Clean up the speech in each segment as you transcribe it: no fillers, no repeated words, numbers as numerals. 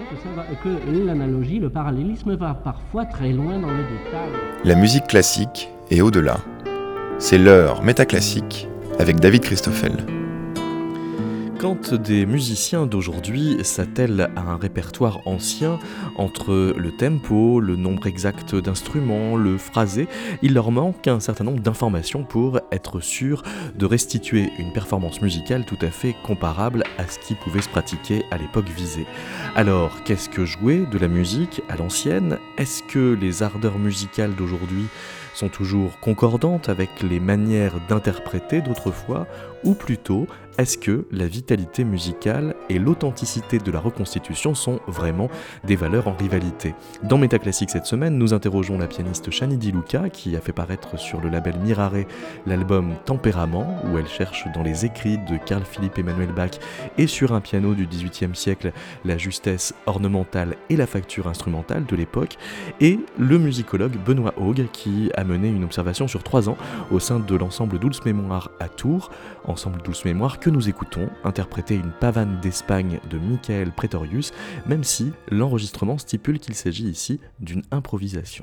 que l'analogie, le parallélisme va parfois très loin dans le détail. La musique classique et au-delà. C'est l'heure métaclassique avec David Christoffel. Quand des musiciens d'aujourd'hui s'attellent à un répertoire ancien, entre le tempo, le nombre exact d'instruments, le phrasé, il leur manque un certain nombre d'informations pour être sûr de restituer une performance musicale tout à fait comparable à ce qui pouvait se pratiquer à l'époque visée. Alors, qu'est-ce que jouer de la musique à l'ancienne ? Est-ce que les ardeurs musicales d'aujourd'hui sont toujours concordantes avec les manières d'interpréter d'autrefois, ou plutôt, est-ce que la vitalité musicale et l'authenticité de la reconstitution sont vraiment des valeurs en rivalité ? Dans Métaclassique cette semaine, nous interrogeons la pianiste Shani Di Luca, qui a fait paraître sur le label Mirare l'album Tempérament, où elle cherche dans les écrits de Carl Philipp Emanuel Bach et sur un piano du XVIIIe siècle la justesse ornementale et la facture instrumentale de l'époque, et le musicologue Benoît Haug, qui a mené une observation sur 3 ans au sein de l'ensemble Dulce Mémoire à Tours, ensemble Dulce Mémoire que nous écoutons interpréter une pavane d'Espagne de Michael Pretorius, même si l'enregistrement stipule qu'il s'agit ici d'une improvisation.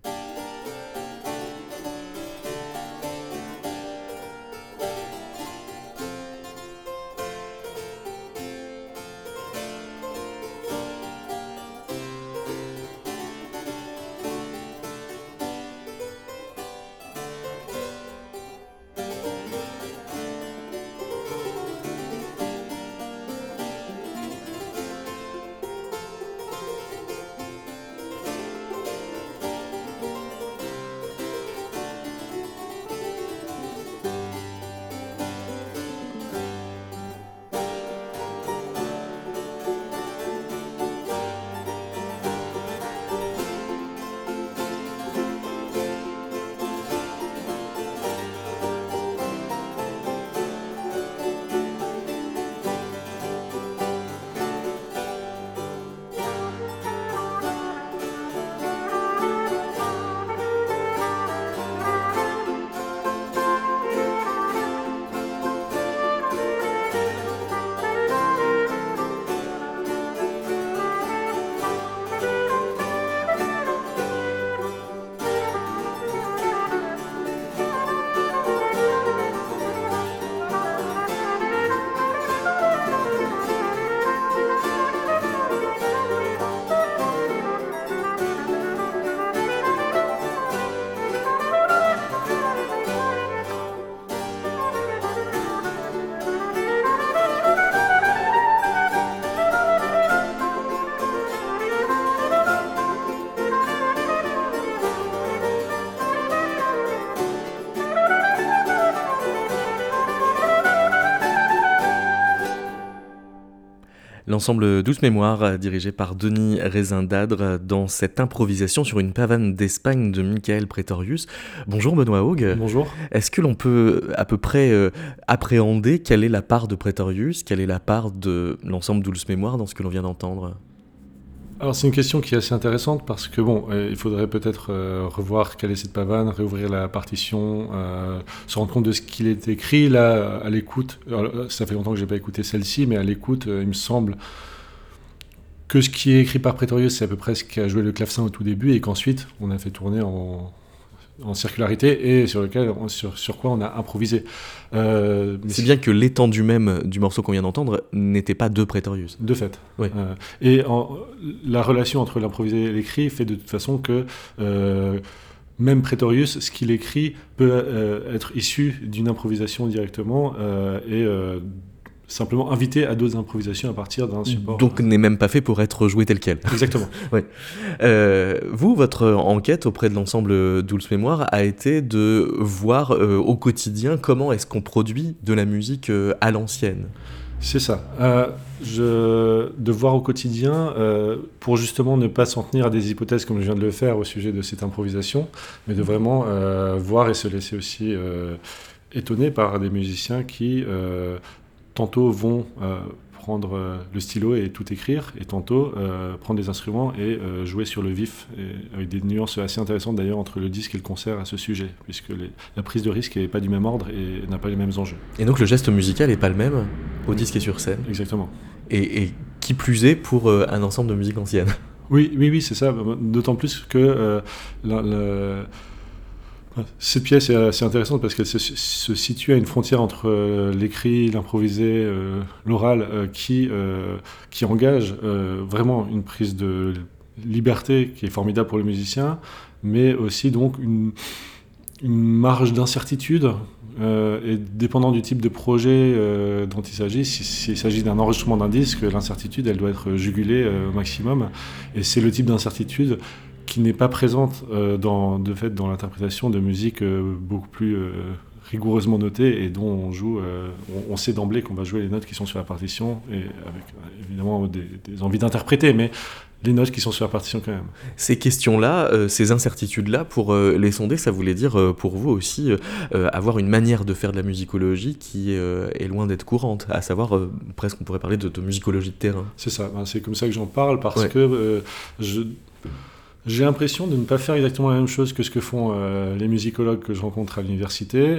L'ensemble Dulce Mémoire, dirigé par Denis Rezindadre, dans cette improvisation sur une pavane d'Espagne de Michael Pretorius. Bonjour Benoît Haug. Bonjour. Est-ce que l'on peut à peu près appréhender quelle est la part de Pretorius, quelle est la part de l'ensemble Dulce Mémoire dans ce que l'on vient d'entendre ? Alors c'est une question qui est assez intéressante parce que il faudrait peut-être revoir quelle est cette pavane, réouvrir la partition, se rendre compte de ce qu'il est écrit là à l'écoute. Alors, ça fait longtemps que j'ai pas écouté celle-ci, mais à l'écoute, il me semble que ce qui est écrit par Pretorius, c'est à peu près ce qu'a joué le clavecin au tout début et qu'ensuite on a fait tourner en circularité et sur quoi on a improvisé. C'est bien que l'étendue même du morceau qu'on vient d'entendre n'était pas de Pretorius. De fait. Oui. La relation entre l'improvisé et l'écrit fait de toute façon que même Pretorius, ce qu'il écrit peut être issu d'une improvisation directement et simplement invité à d'autres improvisations à partir d'un support. Donc n'est même pas fait pour être joué tel quel. Exactement. Oui. Vous, votre enquête auprès de l'ensemble Dulce Mémoire a été de voir au quotidien comment est-ce qu'on produit de la musique à l'ancienne. C'est ça. De voir au quotidien, pour justement ne pas s'en tenir à des hypothèses comme je viens de le faire au sujet de cette improvisation, mais de vraiment voir et se laisser aussi étonner par des musiciens qui tantôt vont prendre le stylo et tout écrire, et tantôt prendre des instruments et jouer sur le vif, et avec des nuances assez intéressantes d'ailleurs entre le disque et le concert à ce sujet, puisque la prise de risque n'est pas du même ordre et n'a pas les mêmes enjeux. Et donc le geste musical n'est pas le même au disque et sur scène. Exactement. Et Qui plus est pour un ensemble de musique ancienne. Oui, c'est ça. D'autant plus que cette pièce est assez intéressante parce qu'elle se situe à une frontière entre l'écrit, l'improvisé, l'oral, qui engage vraiment une prise de liberté qui est formidable pour le musicien, mais aussi donc une marge d'incertitude. Et dépendant du type de projet dont il s'agit, s'il s'agit d'un enregistrement d'un disque, l'incertitude, elle doit être jugulée au maximum. Et c'est le type d'incertitude qui n'est pas présente dans l'interprétation de musique beaucoup plus rigoureusement notée et dont on joue, on sait d'emblée qu'on va jouer les notes qui sont sur la partition, et avec évidemment des envies d'interpréter, mais les notes qui sont sur la partition quand même. Ces questions-là, ces incertitudes-là, pour les sonder, ça voulait dire pour vous aussi avoir une manière de faire de la musicologie qui est loin d'être courante, à savoir presque on pourrait parler de musicologie de terrain. C'est ça, c'est comme ça que j'en parle, parce que j'ai l'impression de ne pas faire exactement la même chose que ce que font les musicologues que je rencontre à l'université,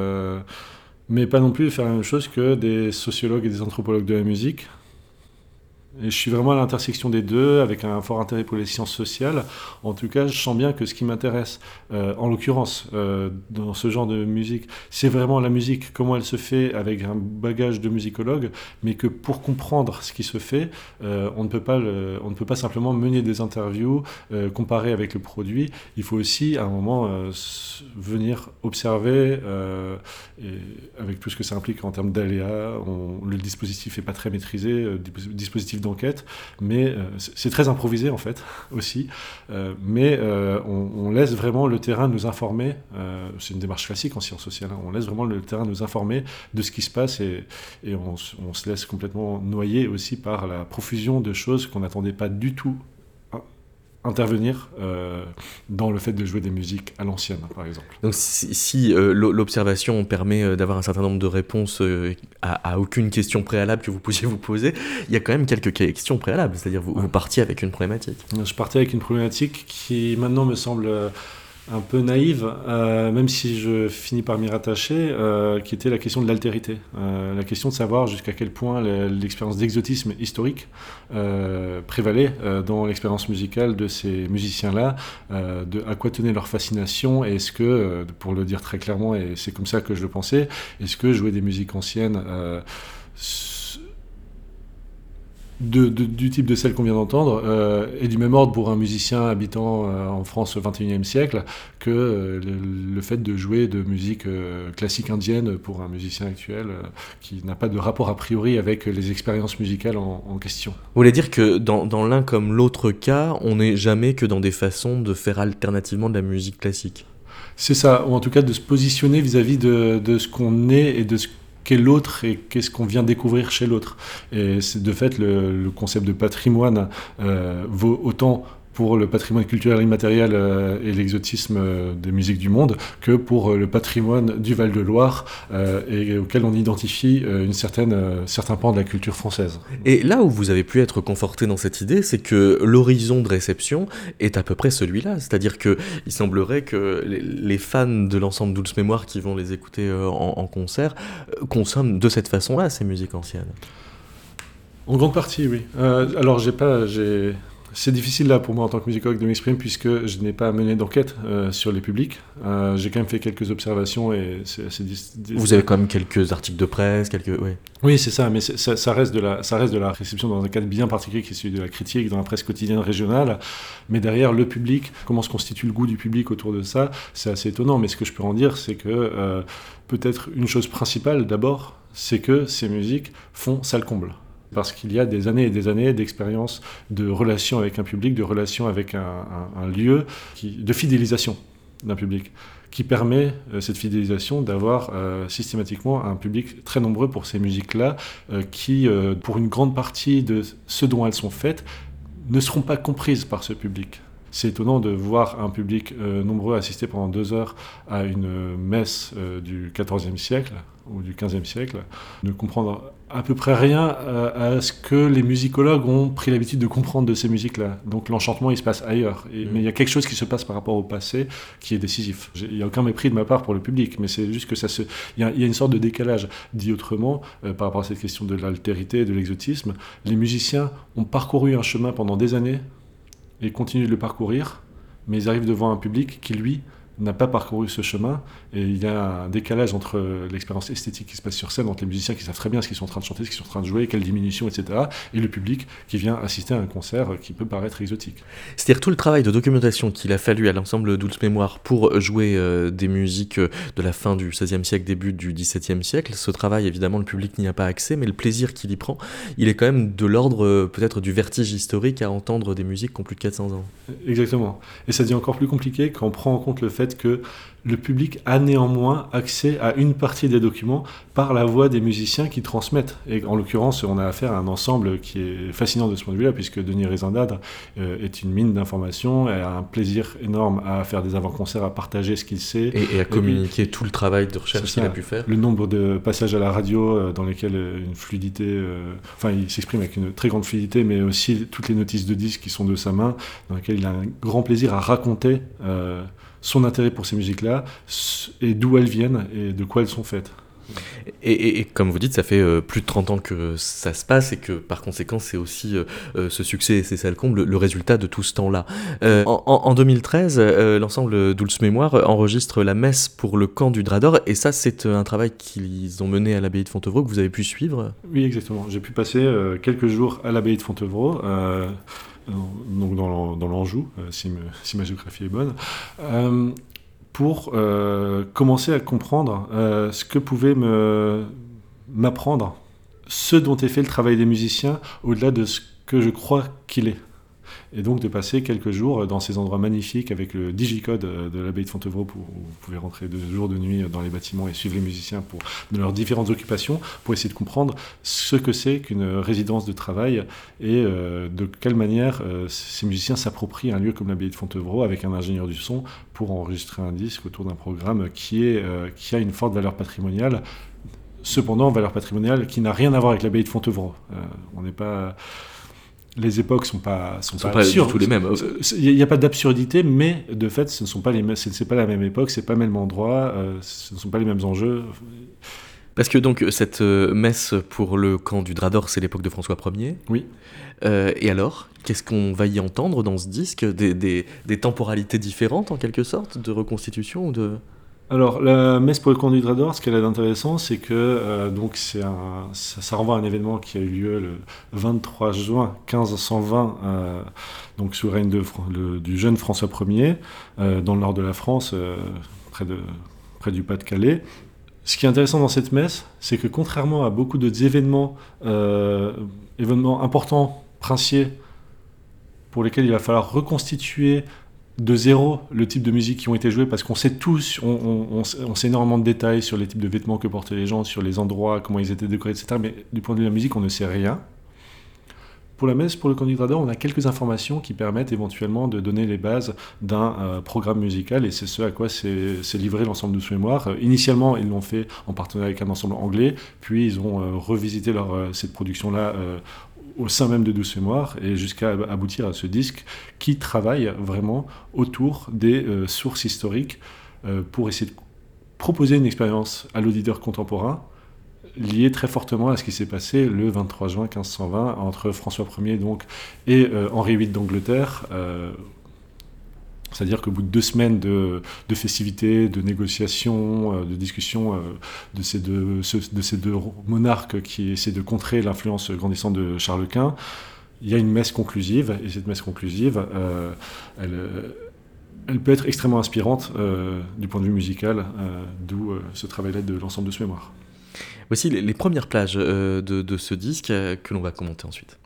mais pas non plus faire la même chose que des sociologues et des anthropologues de la musique. Et je suis vraiment à l'intersection des deux, avec un fort intérêt pour les sciences sociales. En tout cas, je sens bien que ce qui m'intéresse, en l'occurrence, dans ce genre de musique, c'est vraiment la musique, comment elle se fait avec un bagage de musicologue, mais que pour comprendre ce qui se fait, on ne peut pas simplement mener des interviews, comparer avec le produit. Il faut aussi, à un moment, venir observer, et avec tout ce que ça implique en termes d'aléas. Le dispositif n'est pas très maîtrisé, dispositif d'enquête, mais c'est très improvisé en fait aussi, mais on laisse vraiment le terrain nous informer, c'est une démarche classique en sciences sociales, on laisse vraiment le terrain nous informer de ce qui se passe, et on se laisse complètement noyer aussi par la profusion de choses qu'on n'attendait pas du tout intervenir dans le fait de jouer des musiques à l'ancienne, par exemple. Donc si l'observation permet d'avoir un certain nombre de réponses à aucune question préalable que vous puissiez vous poser, il y a quand même quelques questions préalables, c'est-à-dire vous partiez avec une problématique. Je partais avec une problématique qui maintenant me semble un peu naïve, même si je finis par m'y rattacher, qui était la question de l'altérité. La question de savoir jusqu'à quel point l'expérience d'exotisme historique prévalait dans l'expérience musicale de ces musiciens-là, à quoi tenait leur fascination, et est-ce que, pour le dire très clairement, et c'est comme ça que je le pensais, est-ce que jouer des musiques anciennes du type de celle qu'on vient d'entendre, est du même ordre pour un musicien habitant en France au XXIe siècle que le fait de jouer de musique classique indienne pour un musicien actuel qui n'a pas de rapport a priori avec les expériences musicales en question. Vous voulez dire que dans l'un comme l'autre cas, on n'est jamais que dans des façons de faire alternativement de la musique classique? C'est ça, ou en tout cas de se positionner vis-à-vis de ce qu'on est et de ce qu'est l'autre et qu'est-ce qu'on vient découvrir chez l'autre. Et c'est de fait le concept de patrimoine vaut autant pour le patrimoine culturel immatériel et l'exotisme des musiques du monde que pour le patrimoine du Val-de-Loire et auquel on identifie certains pans de la culture française. Et là où vous avez pu être conforté dans cette idée, c'est que l'horizon de réception est à peu près celui-là. C'est-à-dire qu'il semblerait que les fans de l'ensemble Dulce Mémoire qui vont les écouter en concert consomment de cette façon-là ces musiques anciennes. En grande partie, oui. Alors, c'est difficile là pour moi en tant que musicologue de m'exprimer puisque je n'ai pas mené d'enquête sur les publics. J'ai quand même fait quelques observations et c'est assez... Vous avez quand même quelques articles de presse, ouais. Oui, c'est ça, mais ça reste de la réception dans un cadre bien particulier qui est celui de la critique dans la presse quotidienne régionale. Mais derrière le public, comment se constitue le goût du public autour de ça, c'est assez étonnant. Mais ce que je peux en dire, c'est que peut-être une chose principale d'abord, c'est que ces musiques font salle comble. Parce qu'il y a des années et des années d'expérience de relation avec un public, de relation avec un lieu, de fidélisation d'un public, qui permet, cette fidélisation, d'avoir systématiquement un public très nombreux pour ces musiques-là, qui, pour une grande partie de ce dont elles sont faites, ne seront pas comprises par ce public. c'est étonnant de voir un public nombreux assister pendant 2 heures à une messe du XIVe siècle ou du XVe siècle, ne comprendre à peu près rien à ce que les musicologues ont pris l'habitude de comprendre de ces musiques-là. Donc l'enchantement, il se passe ailleurs. Mais il y a quelque chose qui se passe par rapport au passé qui est décisif. Il n'y a aucun mépris de ma part pour le public, mais c'est juste que il y a une sorte de décalage. Dit autrement, par rapport à cette question de l'altérité et de l'exotisme, les musiciens ont parcouru un chemin pendant des années et continuent de le parcourir, mais ils arrivent devant un public qui, lui, n'a pas parcouru ce chemin, et il y a un décalage entre l'expérience esthétique qui se passe sur scène, entre les musiciens qui savent très bien ce qu'ils sont en train de chanter, ce qu'ils sont en train de jouer, quelle diminution, etc., et le public qui vient assister à un concert qui peut paraître exotique. C'est-à-dire tout le travail de documentation qu'il a fallu à l'ensemble Dulce Mémoire pour jouer des musiques de la fin du XVIe siècle, début du XVIIe siècle, ce travail, évidemment, le public n'y a pas accès, mais le plaisir qu'il y prend, il est quand même de l'ordre peut-être du vertige historique à entendre des musiques qui ont plus de 400 ans. Exactement. Et ça devient encore plus compliqué quand on prend en compte le fait que le public a néanmoins accès à une partie des documents par la voix des musiciens qui transmettent. Et en l'occurrence, on a affaire à un ensemble qui est fascinant de ce point de vue-là, puisque Denis Rezendadre est une mine d'informations et a un plaisir énorme à faire des avant-concerts, à partager ce qu'il sait. Et à communiquer tout le travail de recherche qu'il a pu faire. Le nombre de passages à la radio dans lesquels une fluidité... il s'exprime avec une très grande fluidité, mais aussi toutes les notices de disques qui sont de sa main, dans lesquelles il a un grand plaisir à raconter son intérêt pour ces musiques-là, et d'où elles viennent, et de quoi elles sont faites. Et comme vous dites, ça fait plus de 30 ans que ça se passe, et que par conséquent, c'est aussi ce succès, c'est ça le comble, le résultat de tout ce temps-là. En 2013, l'ensemble Dulce Mémoire enregistre la messe pour le camp du Drap d'Or, et ça, c'est un travail qu'ils ont mené à l'abbaye de Fontevraud, que vous avez pu suivre. Oui, exactement. J'ai pu passer quelques jours à l'abbaye de Fontevraud, donc dans l'Anjou, si ma géographie est bonne, pour commencer à comprendre ce que pouvait m'apprendre ce dont est fait le travail des musiciens, au-delà de ce que je crois qu'il est. Et donc de passer quelques jours dans ces endroits magnifiques avec le digicode de l'abbaye de Fontevraud, où vous pouvez rentrer de jour, de nuit dans les bâtiments et suivre les musiciens dans leurs différentes occupations, pour essayer de comprendre ce que c'est qu'une résidence de travail et de quelle manière ces musiciens s'approprient un lieu comme l'abbaye de Fontevraud avec un ingénieur du son pour enregistrer un disque autour d'un programme qui a une forte valeur patrimoniale. Cependant, valeur patrimoniale qui n'a rien à voir avec l'abbaye de Fontevraud. On n'est pas... Les époques ne sont pas absurdes. Tous les mêmes. Il n'y a pas d'absurdité, mais de fait, c'est pas la même époque, c'est pas le même endroit, ce ne sont pas les mêmes enjeux. Parce que donc cette messe pour le camp du Drap d'Or, c'est l'époque de François Ier. Oui. Et alors, qu'est-ce qu'on va y entendre dans ce disque ? Des temporalités différentes, en quelque sorte, de reconstitution ou de... Alors, la messe pour le camp du Drap d'Or, ce qu'elle a d'intéressant, c'est que ça renvoie à un événement qui a eu lieu le 23 juin 1520, donc sous le règne du jeune François Ier, dans le nord de la France, près du Pas-de-Calais. Ce qui est intéressant dans cette messe, c'est que contrairement à beaucoup d'autres événements importants, princiers, pour lesquels il va falloir reconstituer de zéro le type de musique qui ont été jouées, parce qu'on sait tous, on sait énormément de détails sur les types de vêtements que portaient les gens, sur les endroits, comment ils étaient décorés, etc. Mais du point de vue de la musique, on ne sait rien. Pour la messe, pour le camp du Drap d'Or, on a quelques informations qui permettent éventuellement de donner les bases d'un programme musical, et c'est ce à quoi s'est livré l'ensemble Dulce Mémoire. Initialement, ils l'ont fait en partenariat avec un ensemble anglais, puis ils ont revisité cette production-là au sein même de Dulce Mémoire, et jusqu'à aboutir à ce disque qui travaille vraiment autour des sources historiques pour essayer de proposer une expérience à l'auditeur contemporain liée très fortement à ce qui s'est passé le 23 juin 1520 entre François Ier et Henri VIII d'Angleterre. C'est-à-dire qu'au bout de 2 semaines de festivités, de négociations, de discussions de ces deux monarques qui essaient de contrer l'influence grandissante de Charles Quint, il y a une messe conclusive, et cette messe conclusive, elle peut être extrêmement inspirante du point de vue musical, d'où ce travail-là de l'ensemble de ce mémoire. Voici les premières plages de ce disque que l'on va commenter ensuite.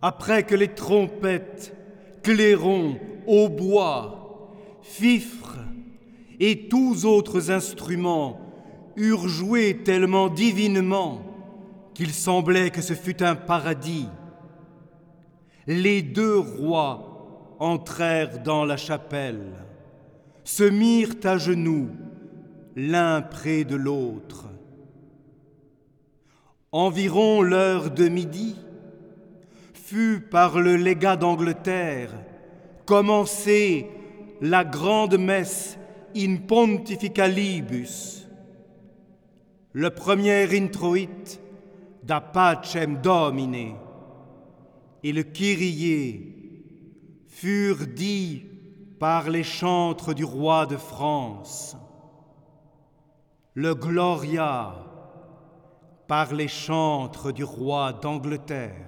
après que les trompettes, clairons, hautbois, fifres et tous autres instruments eurent joué tellement divinement qu'il semblait que ce fût un paradis, les deux rois entrèrent dans la chapelle, se mirent à genoux, l'un près de l'autre. Environ l'heure de midi fut par le légat d'Angleterre commencée la grande messe in pontificalibus, le premier introit da pacem Domine et le Kyrie furent dits par les chantres du roi de France, le Gloria par les chantres du roi d'Angleterre.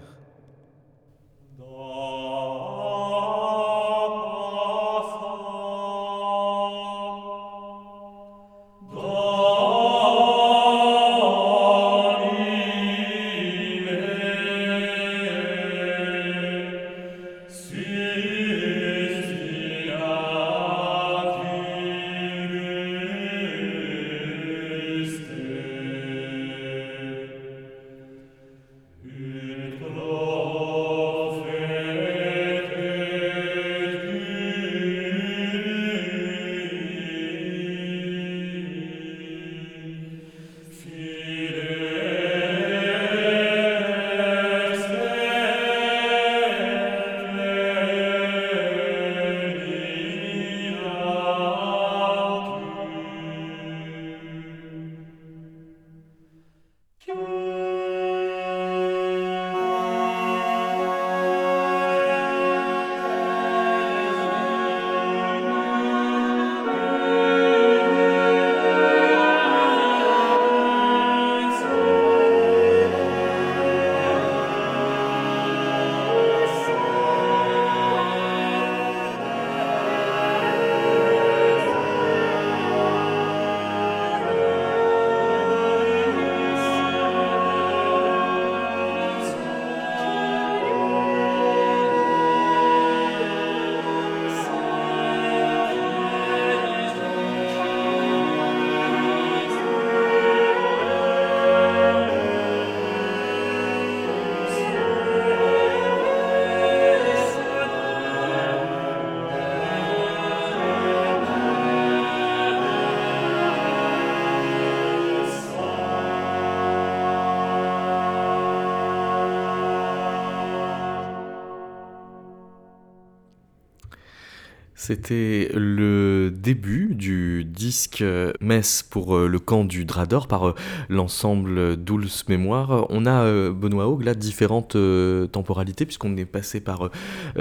C'était le début du disque Messe pour le camp du Drador par l'ensemble Dulce Mémoire. On a, Benoît Haug, là, différentes temporalités, puisqu'on est passé par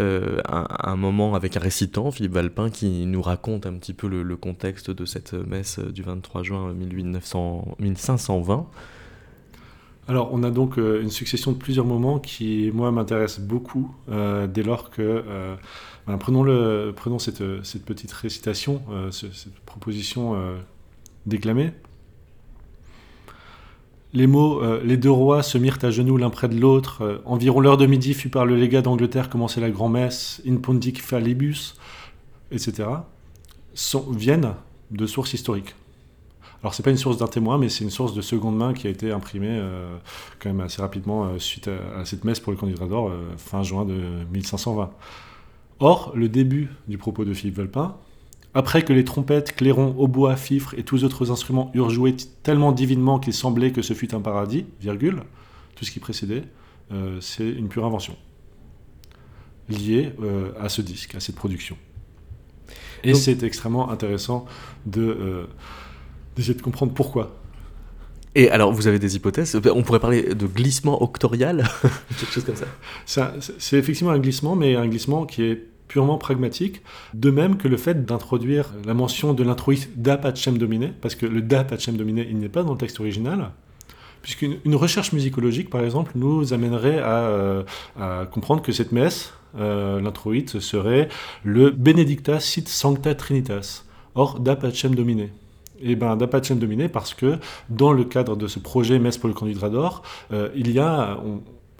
un moment avec un récitant, Philippe Valpin, qui nous raconte un petit peu le contexte de cette messe du 23 juin 1520. Alors, on a donc une succession de plusieurs moments qui, moi, m'intéressent beaucoup, dès lors que... prenons cette petite récitation, cette proposition déclamée. Les mots « les deux rois se mirent à genoux l'un près de l'autre. Environ l'heure de midi fut par le légat d'Angleterre commencée la grand-messe, in pontificalibus, etc. » viennent de sources historiques. Alors, c'est pas une source d'un témoin, mais c'est une source de seconde main qui a été imprimée quand même assez rapidement suite à cette messe pour le camp du Drador, fin juin de 1520. Or, le début du propos de Philippe Valpin, après que les trompettes, clairons, hautbois, fifres et tous autres instruments eurent joué tellement divinement qu'il semblait que ce fût un paradis, virgule, tout ce qui précédait, c'est une pure invention liée à ce disque, à cette production. Et donc, c'est extrêmement intéressant d'essayer de comprendre pourquoi. Et alors, vous avez des hypothèses ? On pourrait parler de glissement octorial, quelque chose comme ça. C'est effectivement un glissement, mais un glissement qui est purement pragmatique, de même que le fait d'introduire la mention de l'introit da pacem Domine, parce que le da pacem Domine, il n'est pas dans le texte original, puisqu'une recherche musicologique, par exemple, nous amènerait à comprendre que cette messe, l'introit, serait le Benedicta sit sancta trinitas, or da pacem Domine. Et bien, da pacem Domine, parce que dans le cadre de ce projet Messe pour le camp du Drador, il y a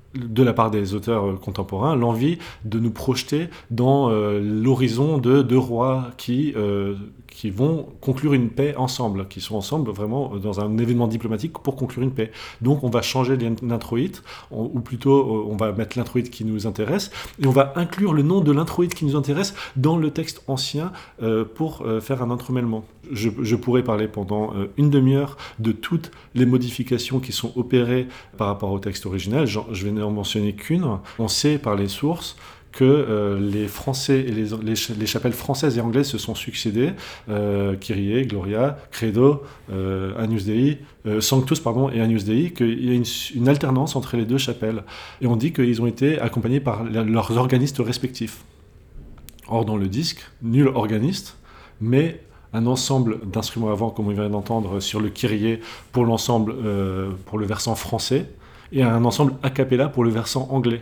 de la part des auteurs contemporains, l'envie de nous projeter dans l'horizon de deux rois qui vont conclure une paix ensemble, qui sont ensemble vraiment dans un événement diplomatique pour conclure une paix. Donc on va changer l'introïte, ou plutôt on va mettre l'introïte qui nous intéresse, et on va inclure le nom de l'introïte qui nous intéresse dans le texte ancien pour faire un entremêlement. Je pourrais parler pendant une demi-heure de toutes les modifications qui sont opérées par rapport au texte original. Je vais n'en mentionner qu'une. On sait par les sources que les Français et les chapelles françaises et anglaises se sont succédées, Kyrie, Gloria, Credo, Agnus Dei, Sanctus et Agnus Dei, qu'il y a une alternance entre les deux chapelles. Et on dit qu'ils ont été accompagnés par leurs organistes respectifs. Or, dans le disque, nul organiste, mais un ensemble d'instruments avant, comme on vient d'entendre sur le Kyrie pour l'ensemble, pour le versant français, et un ensemble a cappella pour le versant anglais.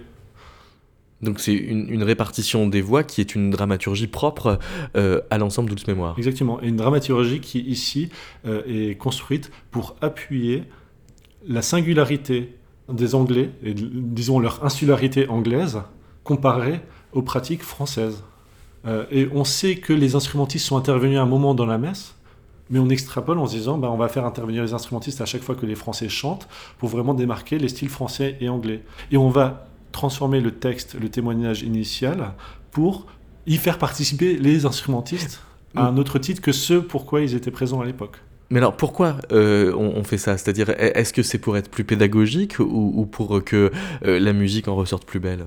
Donc c'est une répartition des voix qui est une dramaturgie propre à l'ensemble Dulce Mémoire. Exactement, et une dramaturgie qui ici est construite pour appuyer la singularité des Anglais, et disons leur insularité anglaise, comparée aux pratiques françaises. Et on sait que les instrumentistes sont intervenus à un moment dans la messe, mais on extrapole en se disant on va faire intervenir les instrumentistes à chaque fois que les Français chantent pour vraiment démarquer les styles français et anglais. Et on va transformer le texte, le témoignage initial, pour y faire participer les instrumentistes à un autre titre que ce pourquoi ils étaient présents à l'époque. Mais alors pourquoi on fait ça ? C'est-à-dire, est-ce que c'est pour être plus pédagogique ou pour que la musique en ressorte plus belle ?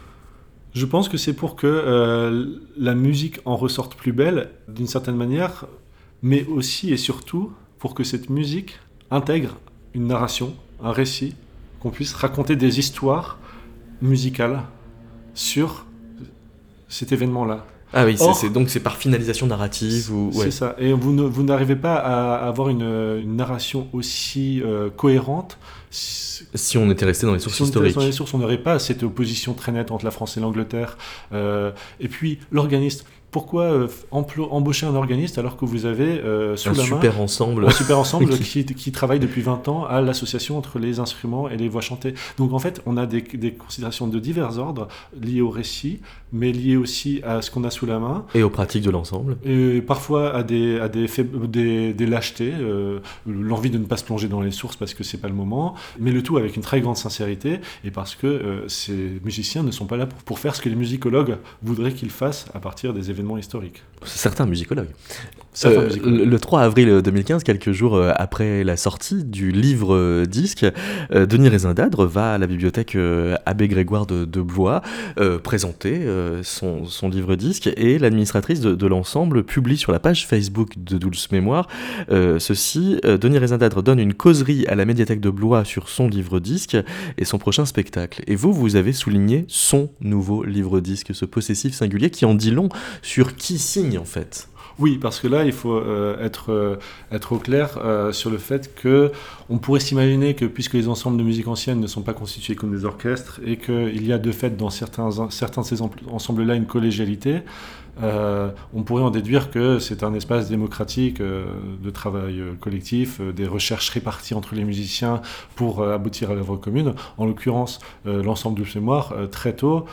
Je pense que c'est pour que la musique en ressorte plus belle, d'une certaine manière, mais aussi et surtout pour que cette musique intègre une narration, un récit, qu'on puisse raconter des histoires musicales sur cet événement-là. Ah oui, donc c'est par finalisation narrative ou... C'est ça, et vous n'arrivez pas à avoir une narration aussi cohérente si on était resté dans les sources historiques. Dans les sources, on n'aurait pas cette opposition très nette entre la France et l'Angleterre. Et puis, l'organiste. Pourquoi embaucher un organiste alors que vous avez sous la main un super ensemble qui travaille depuis 20 ans à l'association entre les instruments et les voix chantées. Donc en fait, on a des considérations de divers ordres liées au récit, mais liées aussi à ce qu'on a sous la main. Et aux pratiques de l'ensemble. Et parfois à des lâchetés, l'envie de ne pas se plonger dans les sources parce que c'est pas le moment, mais le tout avec une très grande sincérité et parce que ces musiciens ne sont pas là pour faire ce que les musicologues voudraient qu'ils fassent à partir des événements historiques. Certains musicologues. Le 3 avril 2015, quelques jours après la sortie du livre disque, Denis Raisindadre va à la bibliothèque Abbé Grégoire de Blois présenter son livre disque et l'administratrice de l'ensemble publie sur la page Facebook de Dulce Mémoire ceci. Denis Raisindadre donne une causerie à la médiathèque de Blois sur son livre disque et son prochain spectacle. Et vous avez souligné son nouveau livre disque, ce possessif singulier qui en dit long sur qui signe en fait. Oui, parce que là, il faut être au clair sur le fait qu'on pourrait s'imaginer que, puisque les ensembles de musique ancienne ne sont pas constitués comme des orchestres, et qu'il y a de fait dans certains de ces ensembles-là une collégialité, on pourrait en déduire que c'est un espace démocratique de travail collectif, des recherches réparties entre les musiciens pour aboutir à l'œuvre commune. En l'occurrence, l'ensemble Dulce Mémoire, très tôt,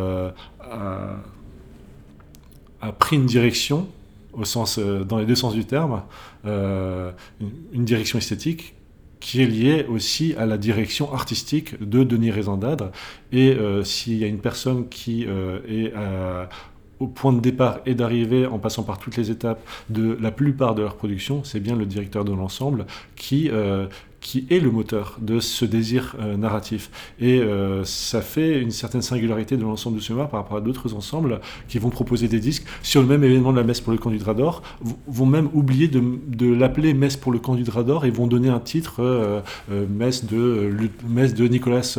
a pris une direction, dans les deux sens du terme, une direction esthétique qui est liée aussi à la direction artistique de Denis Raisindadre. Et s'il y a une personne qui est au point de départ et d'arrivée en passant par toutes les étapes de la plupart de leur production, c'est bien le directeur de l'ensemble qui est le moteur de ce désir narratif. Et ça fait une certaine singularité de l'ensemble de Dulce Mémoire par rapport à d'autres ensembles qui vont proposer des disques sur le même événement de la messe pour le camp du Drador, vont même oublier de l'appeler messe pour le camp du Drador et vont donner un titre messe de Nicolas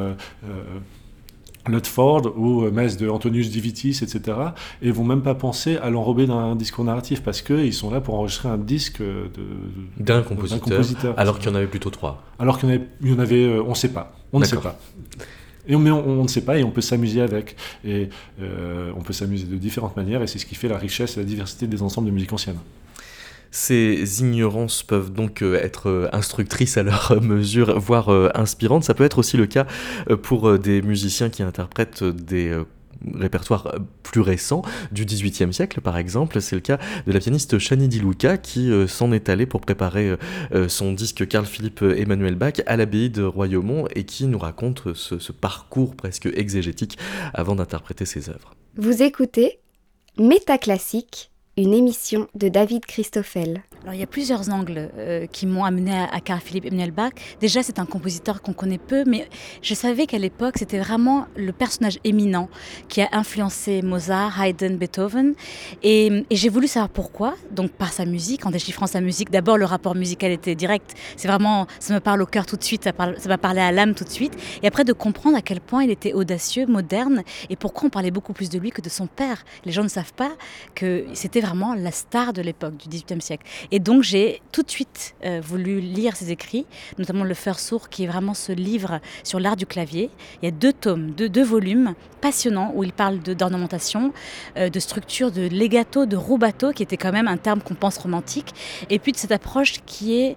Ludford ou messe de Antonius Divitis, etc. et vont même pas penser à l'enrober d'un discours narratif parce qu'ils sont là pour enregistrer un disque d'un compositeur, alors qu'il y en avait plutôt 3. Alors qu'il y en avait on ne sait pas. On ne sait pas. On ne sait pas et on peut s'amuser avec. Et on peut s'amuser de différentes manières et c'est ce qui fait la richesse et la diversité des ensembles de musique ancienne. Ces ignorances peuvent donc être instructrices à leur mesure, voire inspirantes. Ça peut être aussi le cas pour des musiciens qui interprètent des répertoires plus récents du XVIIIe siècle par exemple. C'est le cas de la pianiste Shani Di Luca qui s'en est allée pour préparer son disque Carl Philipp Emanuel Bach à l'abbaye de Royaumont et qui nous raconte ce parcours presque exégétique avant d'interpréter ses œuvres. Vous écoutez Métaclassique, une émission de David Christoffel. Alors, il y a plusieurs angles qui m'ont amené à Carl Philipp Emanuel Bach. Déjà, c'est un compositeur qu'on connaît peu, mais je savais qu'à l'époque, c'était vraiment le personnage éminent qui a influencé Mozart, Haydn, Beethoven. Et j'ai voulu savoir pourquoi, donc par sa musique, en déchiffrant sa musique. D'abord, le rapport musical était direct. C'est vraiment, ça me parle au cœur tout de suite, ça m'a parlé à l'âme tout de suite. Et après, de comprendre à quel point il était audacieux, moderne, et pourquoi on parlait beaucoup plus de lui que de son père. Les gens ne savent pas que c'était vraiment la star de l'époque, du XVIIIe siècle. Et donc j'ai tout de suite voulu lire ses écrits, notamment Le Faire sourd, qui est vraiment ce livre sur l'art du clavier. Il y a 2 tomes, 2 volumes passionnants où il parle d'ornementation, de structure, de legato, de rubato, qui était quand même un terme qu'on pense romantique, et puis de cette approche qui est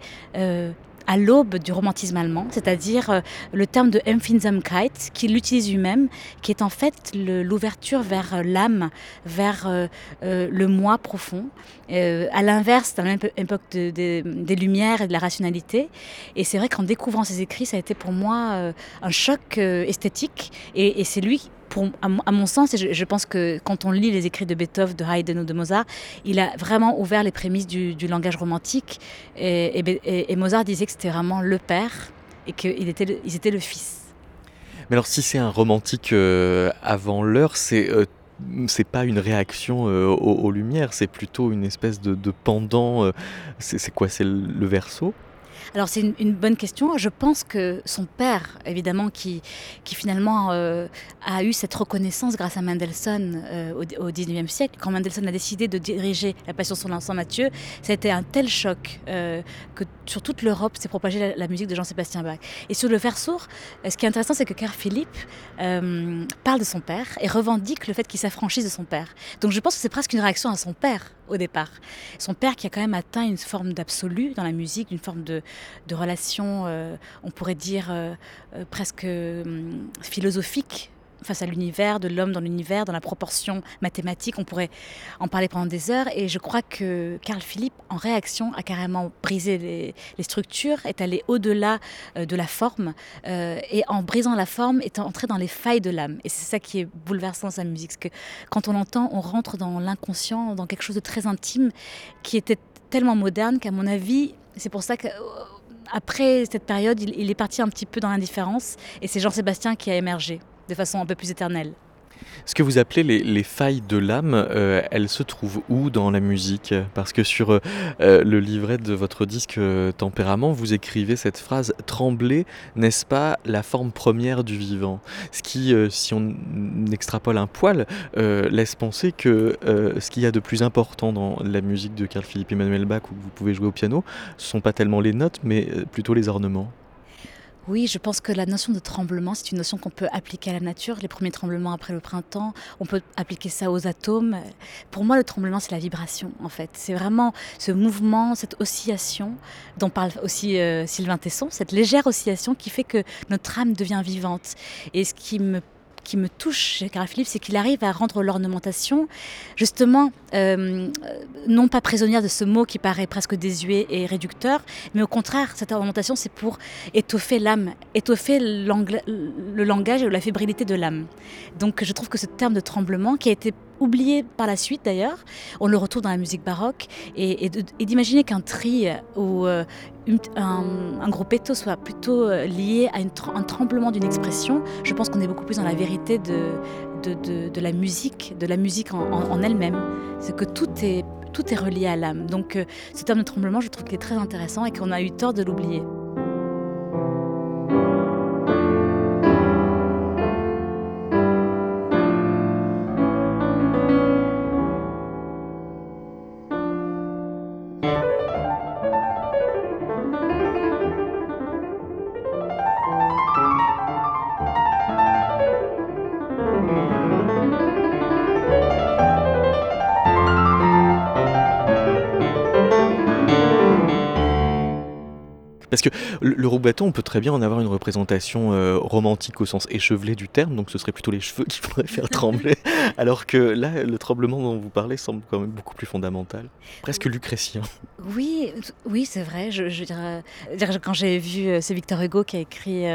à l'aube du romantisme allemand, c'est-à-dire le terme de Empfindsamkeit, qu'il utilise lui-même, qui est en fait l'ouverture vers l'âme, vers le moi profond, à l'inverse, dans la même époque des Lumières et de la rationalité. Et c'est vrai qu'en découvrant ses écrits, ça a été pour moi un choc esthétique, et c'est lui, à mon sens, et je pense que quand on lit les écrits de Beethoven, de Haydn ou de Mozart, il a vraiment ouvert les prémices du langage romantique. Et Mozart disait que c'était vraiment le père et qu'ils étaient le fils. Mais alors si c'est un romantique avant l'heure, c'est pas une réaction aux Lumières, c'est plutôt une espèce de pendant. C'est quoi, c'est le verso ? Alors c'est une bonne question. Je pense que son père, évidemment, qui finalement a eu cette reconnaissance grâce à Mendelssohn au XIXe siècle. Quand Mendelssohn a décidé de diriger la Passion sur l'Enfant Matthieu, ça a été un tel choc que sur toute l'Europe s'est propagée la musique de Jean-Sébastien Bach. Et sur Le Vers sourd, ce qui est intéressant, c'est que Carl Philipp parle de son père et revendique le fait qu'il s'affranchisse de son père. Donc je pense que c'est presque une réaction à son père au départ. Son père qui a quand même atteint une forme d'absolu dans la musique, une forme de relation, on pourrait dire presque philosophique face à l'univers, de l'homme dans l'univers, dans la proportion mathématique. On pourrait en parler pendant des heures. Et je crois que Carl Philipp, en réaction, a carrément brisé les structures, est allé au-delà de la forme. Et en brisant la forme, est entré dans les failles de l'âme. Et c'est ça qui est bouleversant dans sa musique. Parce que quand on l'entend, on rentre dans l'inconscient, dans quelque chose de très intime, qui était tellement moderne qu'à mon avis, c'est pour ça que... Après cette période, il est parti un petit peu dans l'indifférence et c'est Jean-Sébastien qui a émergé de façon un peu plus éternelle. Ce que vous appelez les failles de l'âme, elles se trouvent où dans la musique ? Parce que sur le livret de votre disque Tempérament, vous écrivez cette phrase « Trembler, n'est-ce pas la forme première du vivant ?» Ce qui, si on extrapole un poil, laisse penser que ce qu'il y a de plus important dans la musique de Carl Philipp Emanuel Bach, où vous pouvez jouer au piano, ce ne sont pas tellement les notes, mais plutôt les ornements. Oui, je pense que la notion de tremblement, c'est une notion qu'on peut appliquer à la nature. Les premiers tremblements après le printemps, on peut appliquer ça aux atomes. Pour moi, le tremblement, c'est la vibration, en fait. C'est vraiment ce mouvement, cette oscillation dont parle aussi Sylvain Tesson, cette légère oscillation qui fait que notre âme devient vivante. Et ce qui me touche chez Carl Philipp, c'est qu'il arrive à rendre l'ornementation, justement, non pas prisonnière de ce mot qui paraît presque désuet et réducteur, mais au contraire, cette ornementation, c'est pour étoffer l'âme, étoffer le langage et la fébrilité de l'âme. Donc je trouve que ce terme de tremblement, qui a été oublié par la suite d'ailleurs, on le retrouve dans la musique baroque, et d'imaginer qu'un tri ou un groupeto soit plutôt lié à un tremblement d'une expression, je pense qu'on est beaucoup plus dans la vérité de la musique en elle-même. C'est que tout est relié à l'âme. Donc ce terme de tremblement, je trouve qu'il est très intéressant et qu'on a eu tort de l'oublier. Parce que le rubato, on peut très bien en avoir une représentation romantique au sens échevelé du terme, donc ce serait plutôt les cheveux qui pourraient faire trembler, alors que là, le tremblement dont vous parlez semble quand même beaucoup plus fondamental, presque lucrétien. Oui, oui, c'est vrai. Je dirais, quand j'ai vu, c'est Victor Hugo qui a écrit,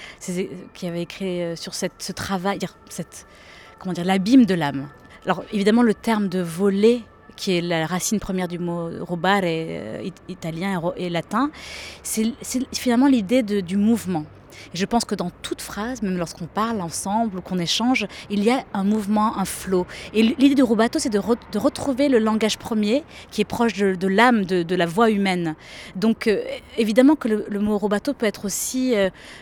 qui avait écrit sur ce travail, comment dire, l'abîme de l'âme. Alors évidemment, le terme de voler, qui est la racine première du mot rubare, italien et latin, c'est finalement l'idée du mouvement. Et je pense que dans toute phrase, même lorsqu'on parle ensemble ou qu'on échange, il y a un mouvement, un flow. Et l'idée du rubato, c'est de retrouver le langage premier qui est proche de l'âme, de la voix humaine. Donc évidemment que le mot rubato peut être aussi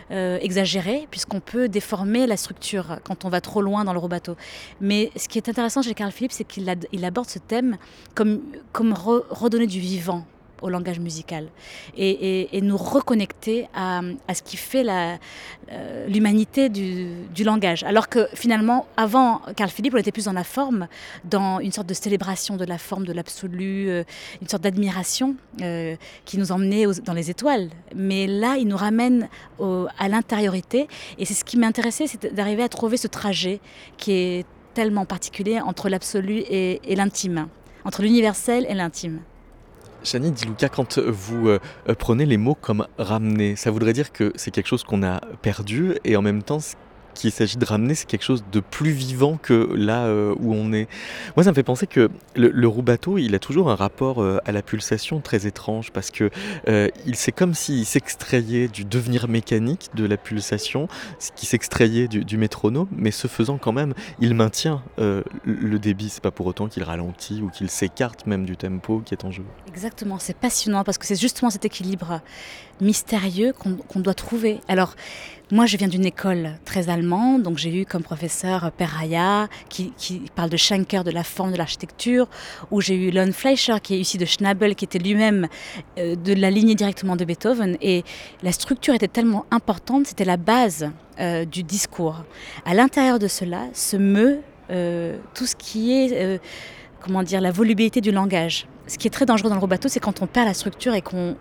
exagéré, puisqu'on peut déformer la structure quand on va trop loin dans le rubato. Mais ce qui est intéressant chez Carl Philips, c'est qu'il aborde ce thème comme redonner du vivant au langage musical et nous reconnecter à ce qui fait l'humanité du langage. Alors que finalement, avant Carl Philips, on était plus dans la forme, dans une sorte de célébration de la forme, de l'absolu, une sorte d'admiration qui nous emmenait dans les étoiles. Mais là, il nous ramène à l'intériorité et c'est ce qui m'intéressait, c'est d'arriver à trouver ce trajet qui est tellement particulier entre l'absolu et l'intime, entre l'universel et l'intime. Shani Di Luca, quand vous prenez les mots comme ramener, ça voudrait dire que c'est quelque chose qu'on a perdu et en même temps, ce qu'il s'agit de ramener, c'est quelque chose de plus vivant que là où on est. Moi, ça me fait penser que le rubato, il a toujours un rapport à la pulsation très étrange parce que c'est comme s'il s'extrayait du devenir mécanique de la pulsation, ce qui s'extrayait du métronome, mais ce faisant quand même, il maintient le débit. C'est pas pour autant qu'il ralentit ou qu'il s'écarte même du tempo qui est en jeu. Exactement, c'est passionnant parce que c'est justement cet équilibre mystérieux qu'on doit trouver. Alors, moi, je viens d'une école très allemande, donc j'ai eu comme professeur Peraya, qui parle de Schenker, de la forme de l'architecture, où j'ai eu Leon Fleischer, qui est issu de Schnabel, qui était lui-même de la lignée directement de Beethoven. Et la structure était tellement importante, c'était la base du discours. À l'intérieur de cela se meut tout ce qui est... la volubilité du langage. Ce qui est très dangereux dans le rubato, c'est quand on perd la structure et qu'on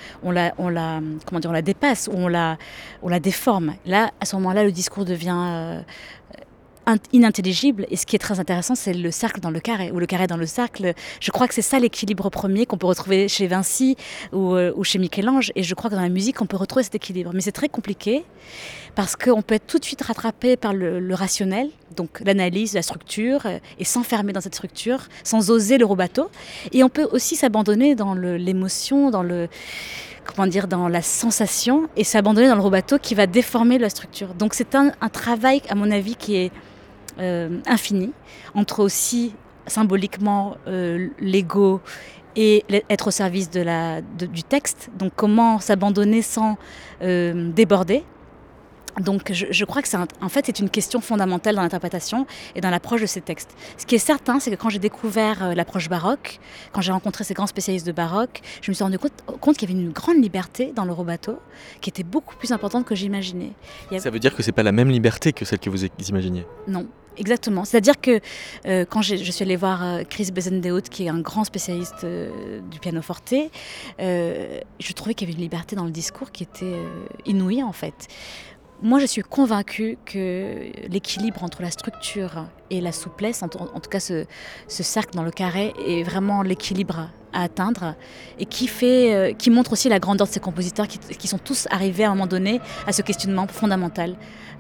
la dépasse ou on la déforme. Là, à ce moment-là, le discours devient inintelligible. Et ce qui est très intéressant, c'est le cercle dans le carré, ou le carré dans le cercle. Je crois que c'est ça l'équilibre premier qu'on peut retrouver chez Vinci ou chez Michel-Ange. Et je crois que dans la musique, on peut retrouver cet équilibre. Mais c'est très compliqué parce qu'on peut être tout de suite rattrapé par le rationnel, donc l'analyse, la structure, et s'enfermer dans cette structure, sans oser le rubato. Et on peut aussi s'abandonner dans l'émotion, dans la sensation, et s'abandonner dans le rubato qui va déformer la structure. Donc c'est un travail, à mon avis, qui est infini, entre aussi symboliquement l'ego et être au service du texte. Donc comment s'abandonner sans déborder. Donc je crois que c'est une question fondamentale dans l'interprétation et dans l'approche de ces textes. Ce qui est certain, c'est que quand j'ai découvert l'approche baroque, quand j'ai rencontré ces grands spécialistes de baroque, je me suis rendu compte qu'il y avait une grande liberté dans le rubato qui était beaucoup plus importante que j'imaginais. Ça veut dire que c'est pas la même liberté que celle que vous imaginiez ? Non. Exactement. C'est-à-dire que quand je suis allée voir Chris Bezendehout, qui est un grand spécialiste du pianoforte, je trouvais qu'il y avait une liberté dans le discours qui était inouïe en fait. Moi, je suis convaincue que l'équilibre entre la structure et la souplesse, en tout cas ce cercle dans le carré, est vraiment l'équilibre à atteindre et qui montre aussi la grandeur de ces compositeurs qui sont tous arrivés à un moment donné à ce questionnement fondamental,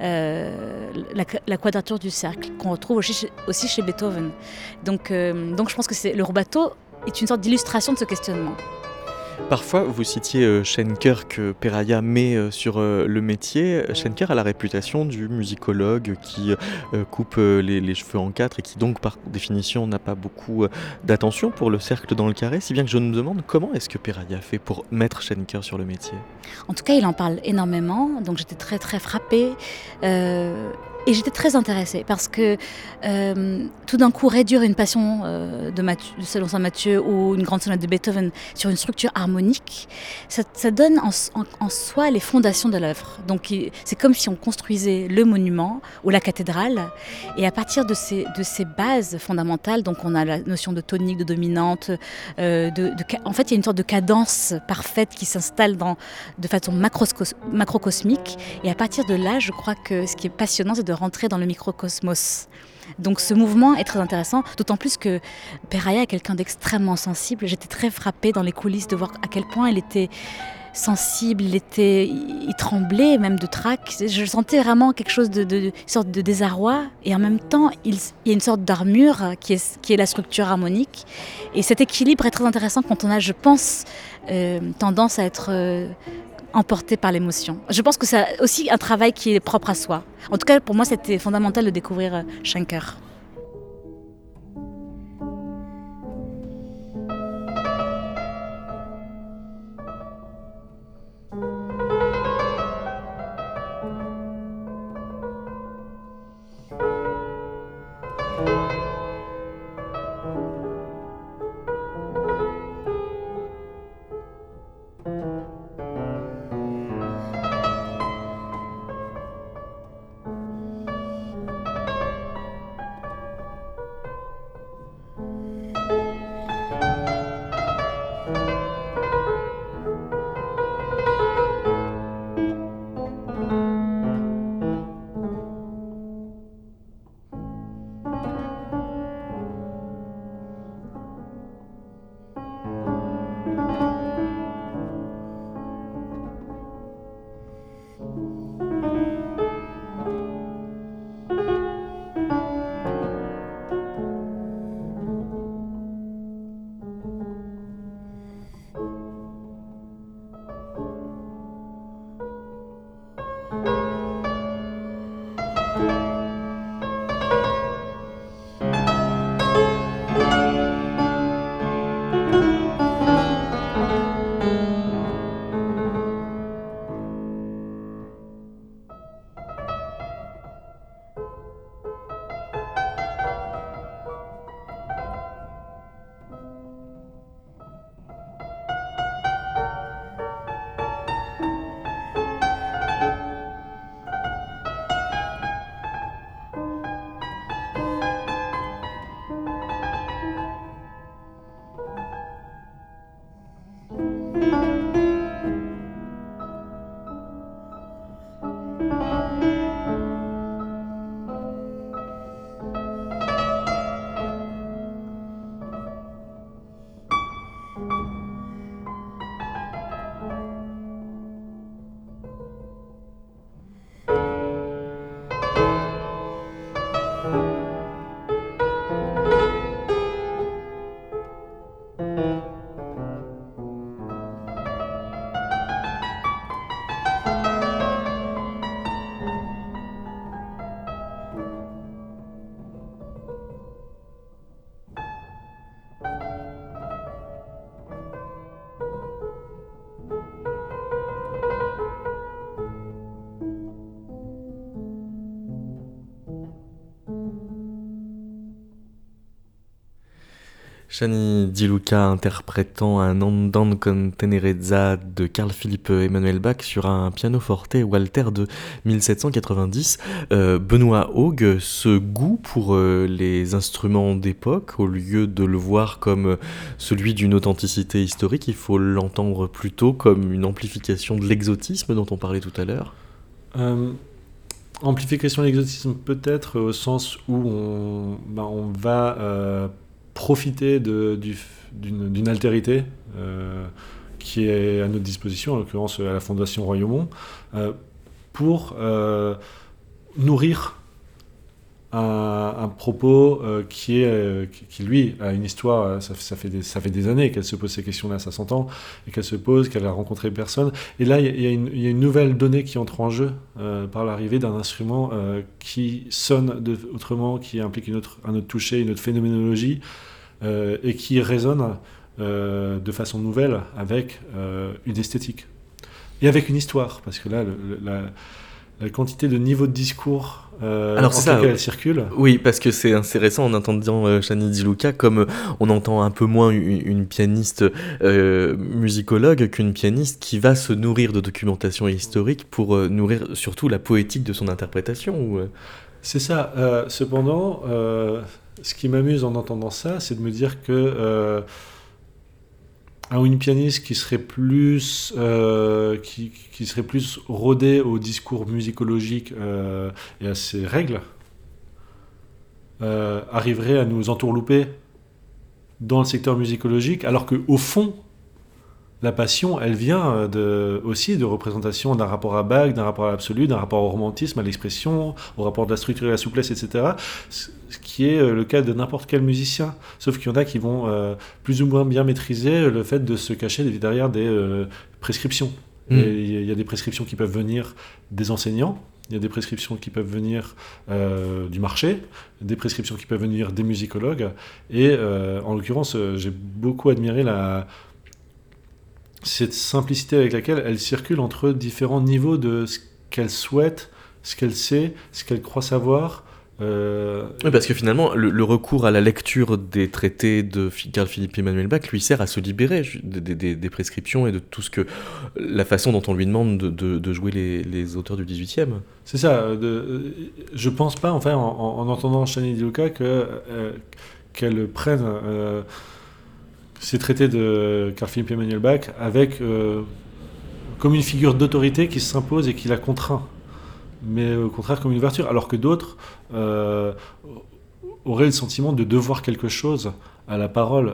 la quadrature du cercle, qu'on retrouve aussi chez Beethoven. Donc je pense que le rubato est une sorte d'illustration de ce questionnement. Parfois, vous citiez Schenker que Peraya met sur le métier. Schenker a la réputation du musicologue qui coupe les cheveux en quatre et qui donc par définition n'a pas beaucoup d'attention pour le cercle dans le carré, si bien que je me demande comment est-ce que Peraya fait pour mettre Schenker sur le métier. En tout cas, il en parle énormément, donc j'étais très très frappée. Et j'étais très intéressée parce que tout d'un coup, réduire une passion selon Saint Matthieu ou une grande sonate de Beethoven sur une structure harmonique, ça donne en soi les fondations de l'œuvre. Donc c'est comme si on construisait le monument ou la cathédrale, et à partir de ces bases fondamentales, donc on a la notion de tonique, de dominante, en fait il y a une sorte de cadence parfaite qui s'installe de façon macrocosmique, et à partir de là, je crois que ce qui est passionnant, c'est de rentrer dans le microcosmos. Donc ce mouvement est très intéressant, d'autant plus que Peraya est quelqu'un d'extrêmement sensible. J'étais très frappée dans les coulisses de voir à quel point il était sensible, il tremblait même de trac. Je sentais vraiment quelque chose une sorte de désarroi, et en même temps il y a une sorte d'armure qui est la structure harmonique. Et cet équilibre est très intéressant quand on a, je pense, tendance à être emporté par l'émotion. Je pense que c'est aussi un travail qui est propre à soi. En tout cas, pour moi, c'était fondamental de découvrir Schenker. Gianni Di Luca interprétant un Andante con tenerezza de Carl Philipp Emanuel Bach sur un pianoforte Walter de 1790. Benoît Haug, ce goût pour les instruments d'époque, au lieu de le voir comme celui d'une authenticité historique, il faut l'entendre plutôt comme une amplification de l'exotisme dont on parlait tout à l'heure. Amplification de l'exotisme peut-être, au sens où on va profiter d'une altérité qui est à notre disposition, en l'occurrence à la Fondation Royaumont, pour nourrir un propos qui lui a une histoire. Ça fait des années qu'elle se pose ces questions-là, ça s'entend, et qu'elle a rencontré personne. Et là, il y a une nouvelle donnée qui entre en jeu par l'arrivée d'un instrument qui sonne autrement, qui implique un autre toucher, une autre phénoménologie, et qui résonne de façon nouvelle avec une esthétique et avec une histoire, parce que là la quantité de niveau de discours Alors, c'est ça, lequel elle circule. Oui, parce que c'est intéressant en entendant Shani Di Luca, comme on entend un peu moins une pianiste musicologue qu'une pianiste qui va se nourrir de documentation historique pour nourrir surtout la poétique de son interprétation. C'est ça. Cependant, ce qui m'amuse en entendant ça, c'est de me dire que une pianiste qui serait plus rodée au discours musicologique et à ses règles arriverait à nous entourlouper dans le secteur musicologique, alors qu'au fond, la passion, elle vient aussi de représentation d'un rapport à Bach, d'un rapport à l'absolu, d'un rapport au romantisme, à l'expression, au rapport de la structure et la souplesse, etc. Ce qui est le cas de n'importe quel musicien. Sauf qu'il y en a qui vont plus ou moins bien maîtriser le fait de se cacher derrière des prescriptions. Il y a des prescriptions qui peuvent venir des enseignants, il y a des prescriptions qui peuvent venir du marché, des prescriptions qui peuvent venir des musicologues. Et en l'occurrence, j'ai beaucoup admiré cette simplicité avec laquelle elle circule entre différents niveaux de ce qu'elle souhaite, ce qu'elle sait, ce qu'elle croit savoir. Oui, parce que finalement, le recours à la lecture des traités de Carl Philipp Emanuel Bach lui sert à se libérer des prescriptions et de tout ce que la façon dont on lui demande de jouer les auteurs du XVIIIe. C'est ça. Je pense pas, enfin, en entendant Shani Di Luca, qu'elle prenne ces traités de Carl Philipp Emanuel Bach avec comme une figure d'autorité qui s'impose et qui la contraint, mais au contraire comme une ouverture, alors que d'autres auraient le sentiment de devoir quelque chose à la parole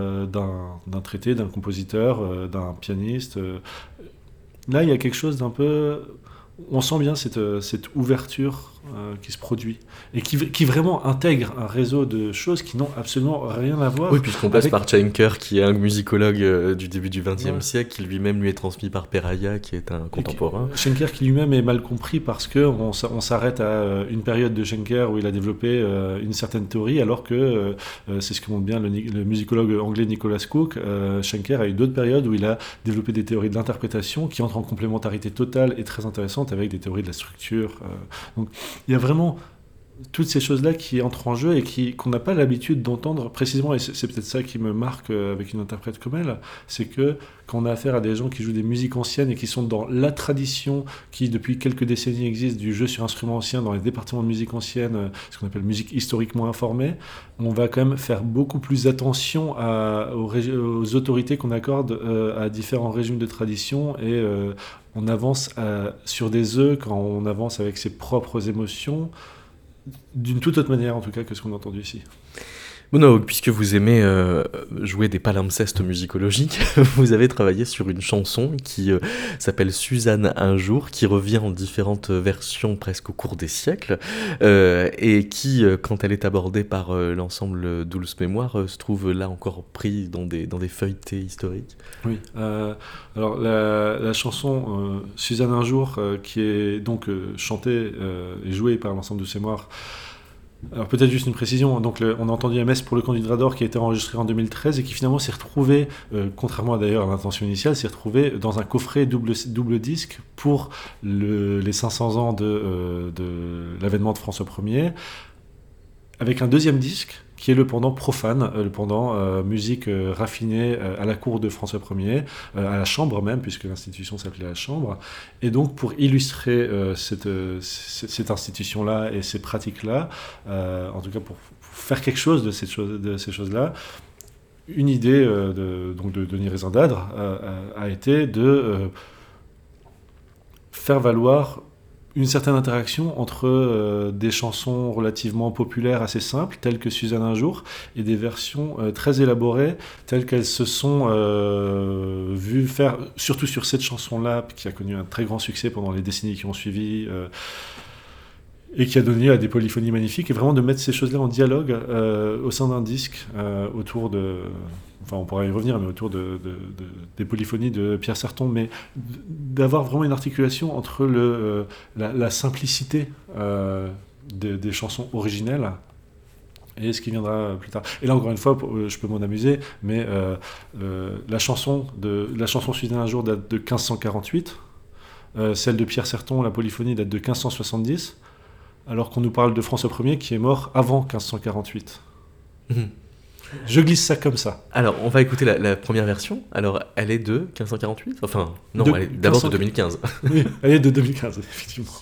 d'un traité, d'un compositeur, d'un pianiste. Là, il y a quelque chose d'un peu... On sent bien cette ouverture qui se produit et qui vraiment intègre un réseau de choses qui n'ont absolument rien à voir. Oui, puisqu'on passe par Schenker, qui est un musicologue du début du XXe siècle, qui lui-même lui est transmis par Peraya, qui est un contemporain. Schenker qui lui-même est mal compris parce qu'on s'arrête à une période de Schenker où il a développé une certaine théorie, alors que c'est ce que montre bien le musicologue anglais Nicholas Cook. Schenker a eu d'autres périodes où il a développé des théories de l'interprétation qui entrent en complémentarité totale et très intéressante avec des théories de la structure. Donc il y a vraiment toutes ces choses-là qui entrent en jeu et qu'on n'a pas l'habitude d'entendre précisément, et c'est peut-être ça qui me marque avec une interprète comme elle, c'est que quand on a affaire à des gens qui jouent des musiques anciennes et qui sont dans la tradition qui depuis quelques décennies existe du jeu sur instruments anciens dans les départements de musique ancienne, ce qu'on appelle musique historiquement informée, on va quand même faire beaucoup plus attention aux autorités qu'on accorde à différents régimes de tradition, et on avance sur des œufs quand on avance avec ses propres émotions, d'une toute autre manière en tout cas que ce qu'on a entendu ici. Bon, puisque vous aimez jouer des palimpsestes musicologiques, vous avez travaillé sur une chanson qui s'appelle Suzanne un jour, qui revient en différentes versions presque au cours des siècles, et qui, quand elle est abordée par l'ensemble Dulce Mémoire, se trouve là encore pris dans des feuilletés historiques. Oui, alors la chanson Suzanne un jour, qui est donc chantée et jouée par l'ensemble Dulce Mémoire. Alors peut-être juste une précision, donc on a entendu MS pour le candidat d'or qui a été enregistré en 2013 et qui finalement s'est retrouvé, contrairement d'ailleurs à l'intention initiale, s'est retrouvé dans un coffret double disque pour les 500 ans de l'avènement de François Ier, avec un deuxième disque qui est le pendant profane, le pendant musique raffinée à la cour de François Ier, à la Chambre même, puisque l'institution s'appelait la Chambre. Et donc, pour illustrer cette institution-là et ces pratiques-là, en tout cas pour faire quelque chose de ces choses-là, une idée de Denis Raisindadre a été de faire valoir une certaine interaction entre des chansons relativement populaires assez simples, telles que Suzanne un jour, et des versions très élaborées, telles qu'elles se sont vues faire, surtout sur cette chanson-là, qui a connu un très grand succès pendant les décennies qui ont suivi, et qui a donné à des polyphonies magnifiques, et vraiment de mettre ces choses-là en dialogue au sein d'un disque, autour de... Enfin, on pourra y revenir, mais autour des polyphonies de Pierre Serton, mais d'avoir vraiment une articulation entre la simplicité des chansons originelles et ce qui viendra plus tard. Et là, encore une fois, je peux m'en amuser, mais la chanson Suzanne un jour date de 1548, Celle de Pierre Certon, la polyphonie, date de 1570, alors qu'on nous parle de François Ier qui est mort avant 1548. Je glisse ça comme ça. Alors, on va écouter la première version. Alors, elle est de 1548 ? Enfin, non, elle est d'abord de 2015. Oui, elle est de 2015, effectivement.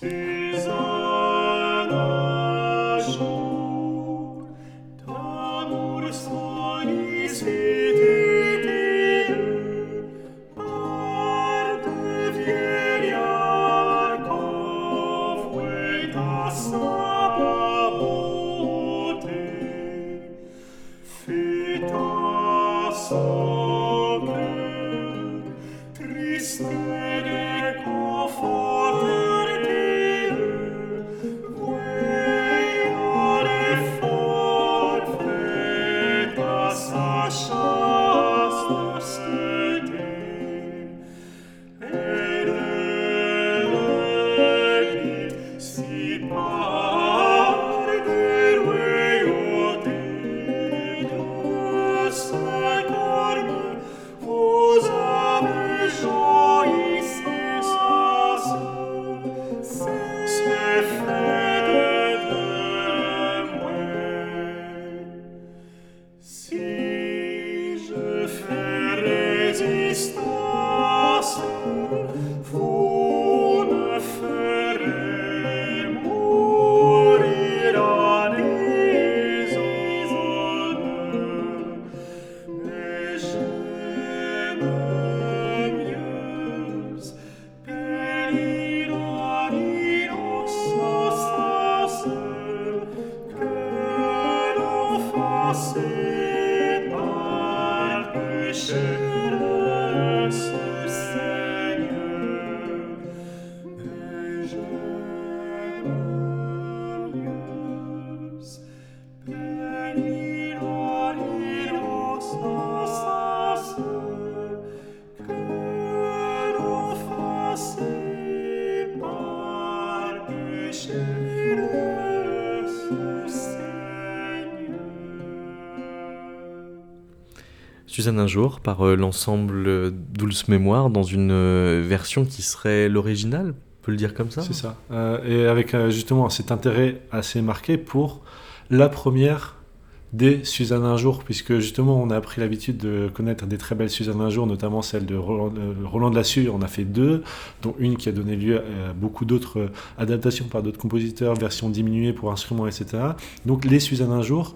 Suzanne un jour par l'ensemble Dulce Mémoire dans une version qui serait l'original, on peut le dire comme ça ? C'est ça. Et avec justement cet intérêt assez marqué pour la première des Suzanne un jour, puisque justement on a pris l'habitude de connaître des très belles Suzanne un jour, notamment celle de Roland de Lassus. On a fait 2, dont une qui a donné lieu à beaucoup d'autres adaptations par d'autres compositeurs, versions diminuées pour instruments, etc. Donc les Suzanne un jour,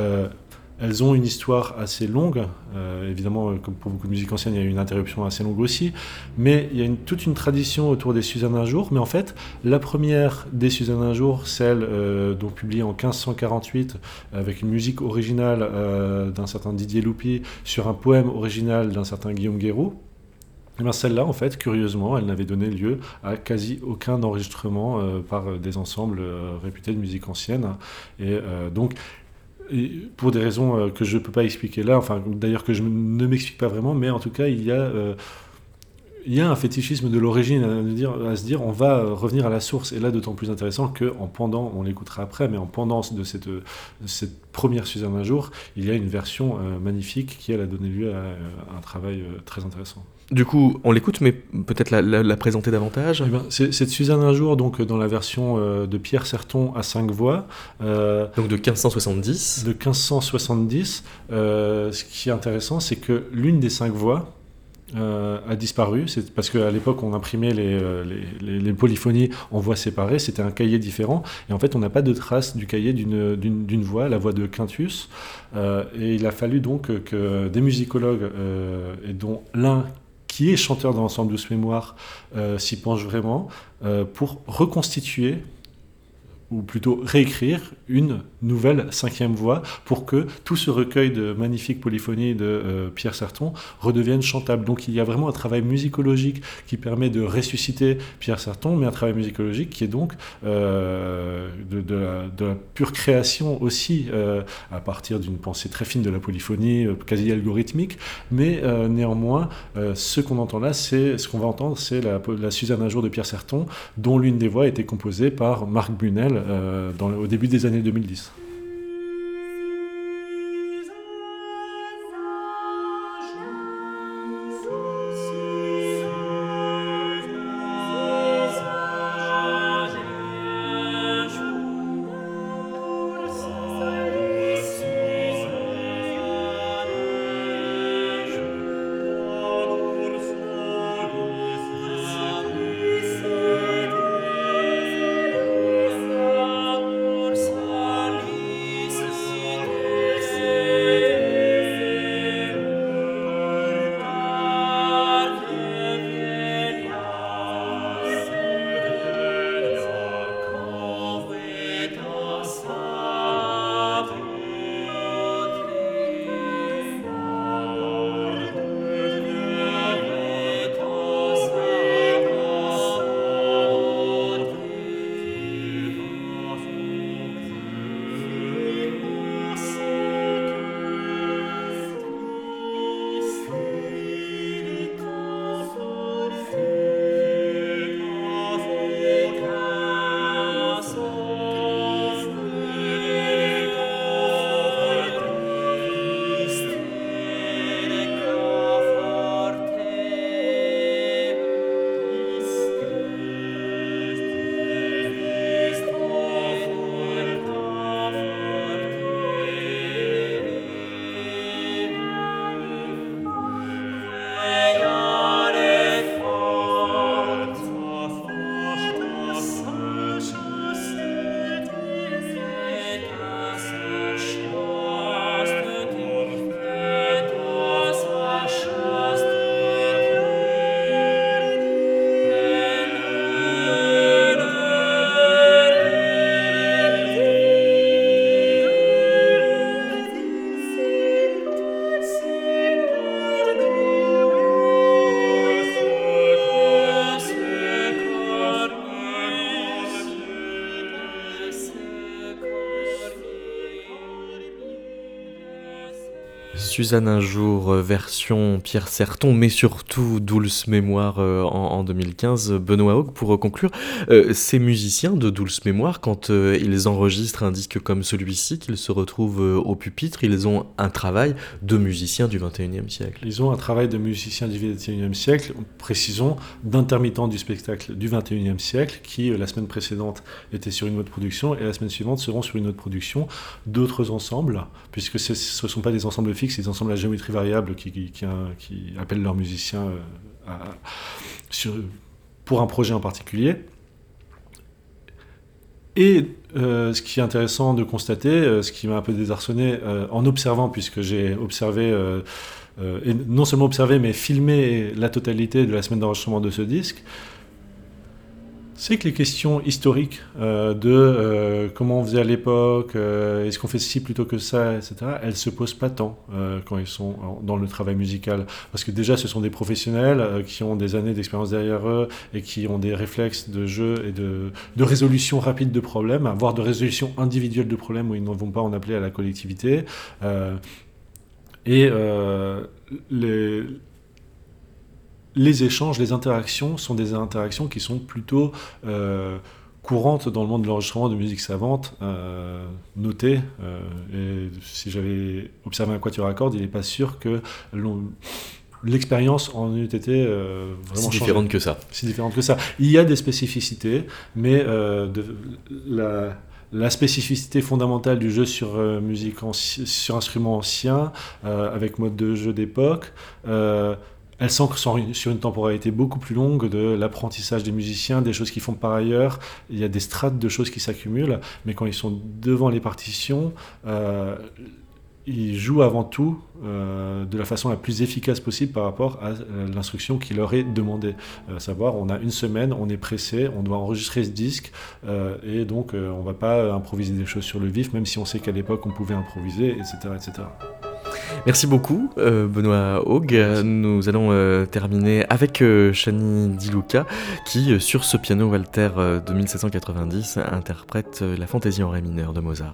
elles ont une histoire assez longue. Évidemment, comme pour beaucoup de musique ancienne, il y a une interruption assez longue aussi. Mais il y a toute une tradition autour des Suzanne un jour. Mais en fait, la première des Suzanne un jour, celle donc publiée en 1548, avec une musique originale d'un certain Didier Loupy, sur un poème original d'un certain Guillaume Guéroult, et bien celle-là, en fait, curieusement, elle n'avait donné lieu à quasi aucun enregistrement par des ensembles réputés de musique ancienne. Et donc, et pour des raisons que je ne peux pas expliquer là, enfin d'ailleurs que je ne m'explique pas vraiment, mais en tout cas il y a un fétichisme de l'origine à se dire on va revenir à la source, et là d'autant plus intéressant qu'en pendant, on l'écoutera après, mais en pendant de cette première Suzanne un jour, il y a une version magnifique qui elle a donné lieu à un travail très intéressant. Du coup, on l'écoute, mais peut-être la présenter davantage. Eh ben, c'est Suzanne un jour, donc dans la version de Pierre Certon à 5 voix. Donc de 1570. De 1570. Ce qui est intéressant, c'est que l'une des 5 voix a disparu. C'est parce qu'à l'époque, on imprimait les polyphonies en voix séparées. C'était un cahier différent. Et en fait, on n'a pas de trace du cahier d'une voix, la voix de Quintus. Et il a fallu donc que des musicologues, et dont l'un qui est chanteur dans l'ensemble Dulce Mémoire, s'y penche vraiment, pour reconstituer, ou plutôt réécrire, une nouvelle 5e voix pour que tout ce recueil de magnifiques polyphonies de Pierre Certon redevienne chantable. Donc il y a vraiment un travail musicologique qui permet de ressusciter Pierre Certon, mais un travail musicologique qui est donc de la pure création aussi, à partir d'une pensée très fine de la polyphonie, quasi algorithmique, mais néanmoins, ce qu'on entend là, ce qu'on va entendre, c'est la Suzanne un jour de Pierre Certon, dont l'une des voix a été composée par Marc Bunel au début des années 2010. Suzanne un jour, version Pierre Certon, mais surtout Dulce Mémoire en 2015. Benoît Haug, pour conclure, ces musiciens de Dulce Mémoire, quand ils enregistrent un disque comme celui-ci, qu'ils se retrouvent au pupitre, ils ont un travail de musiciens du XXIe siècle. Ils ont un travail de musiciens du XXIe siècle, précisons, d'intermittents du spectacle du XXIe siècle, qui la semaine précédente étaient sur une autre production, et la semaine suivante seront sur une autre production d'autres ensembles, puisque ce ne sont pas des ensembles fixes, c'est des ensembles à géométrie variable qui appellent leurs musiciens pour un projet en particulier. Et ce qui est intéressant de constater, ce qui m'a un peu désarçonné en observant, puisque j'ai observé, et non seulement observé, mais filmé la totalité de la semaine d'enregistrement de ce disque, c'est que les questions historiques de comment on faisait à l'époque, est-ce qu'on fait ceci plutôt que ça, etc., elles ne se posent pas tant quand ils sont dans le travail musical. Parce que déjà, ce sont des professionnels qui ont des années d'expérience derrière eux et qui ont des réflexes de jeu et de résolution rapide de problèmes, voire de résolution individuelle de problèmes où ils ne vont pas en appeler à la collectivité. Les échanges, les interactions sont des interactions qui sont plutôt courantes dans le monde de l'enregistrement de musique savante, notées. Et si j'avais observé un quatuor à cordes, il n'est pas sûr que l'expérience en eût été vraiment si différente que ça. Si différente que ça. Il y a des spécificités, mais la spécificité fondamentale du jeu sur sur instruments anciens, avec mode de jeu d'époque, elle s'ancre sur une temporalité beaucoup plus longue de l'apprentissage des musiciens, des choses qu'ils font par ailleurs. Il y a des strates de choses qui s'accumulent, mais quand ils sont devant les partitions, ils jouent avant tout de la façon la plus efficace possible par rapport à l'instruction qui leur est demandée. Savoir, on a une semaine, on est pressé, on doit enregistrer ce disque, et donc on ne va pas improviser des choses sur le vif, même si on sait qu'à l'époque on pouvait improviser, etc. etc. Merci beaucoup Benoît Haug. Nous allons terminer avec Chani Di Luca qui, sur ce piano Walter de 1790, interprète la fantaisie en ré mineur de Mozart.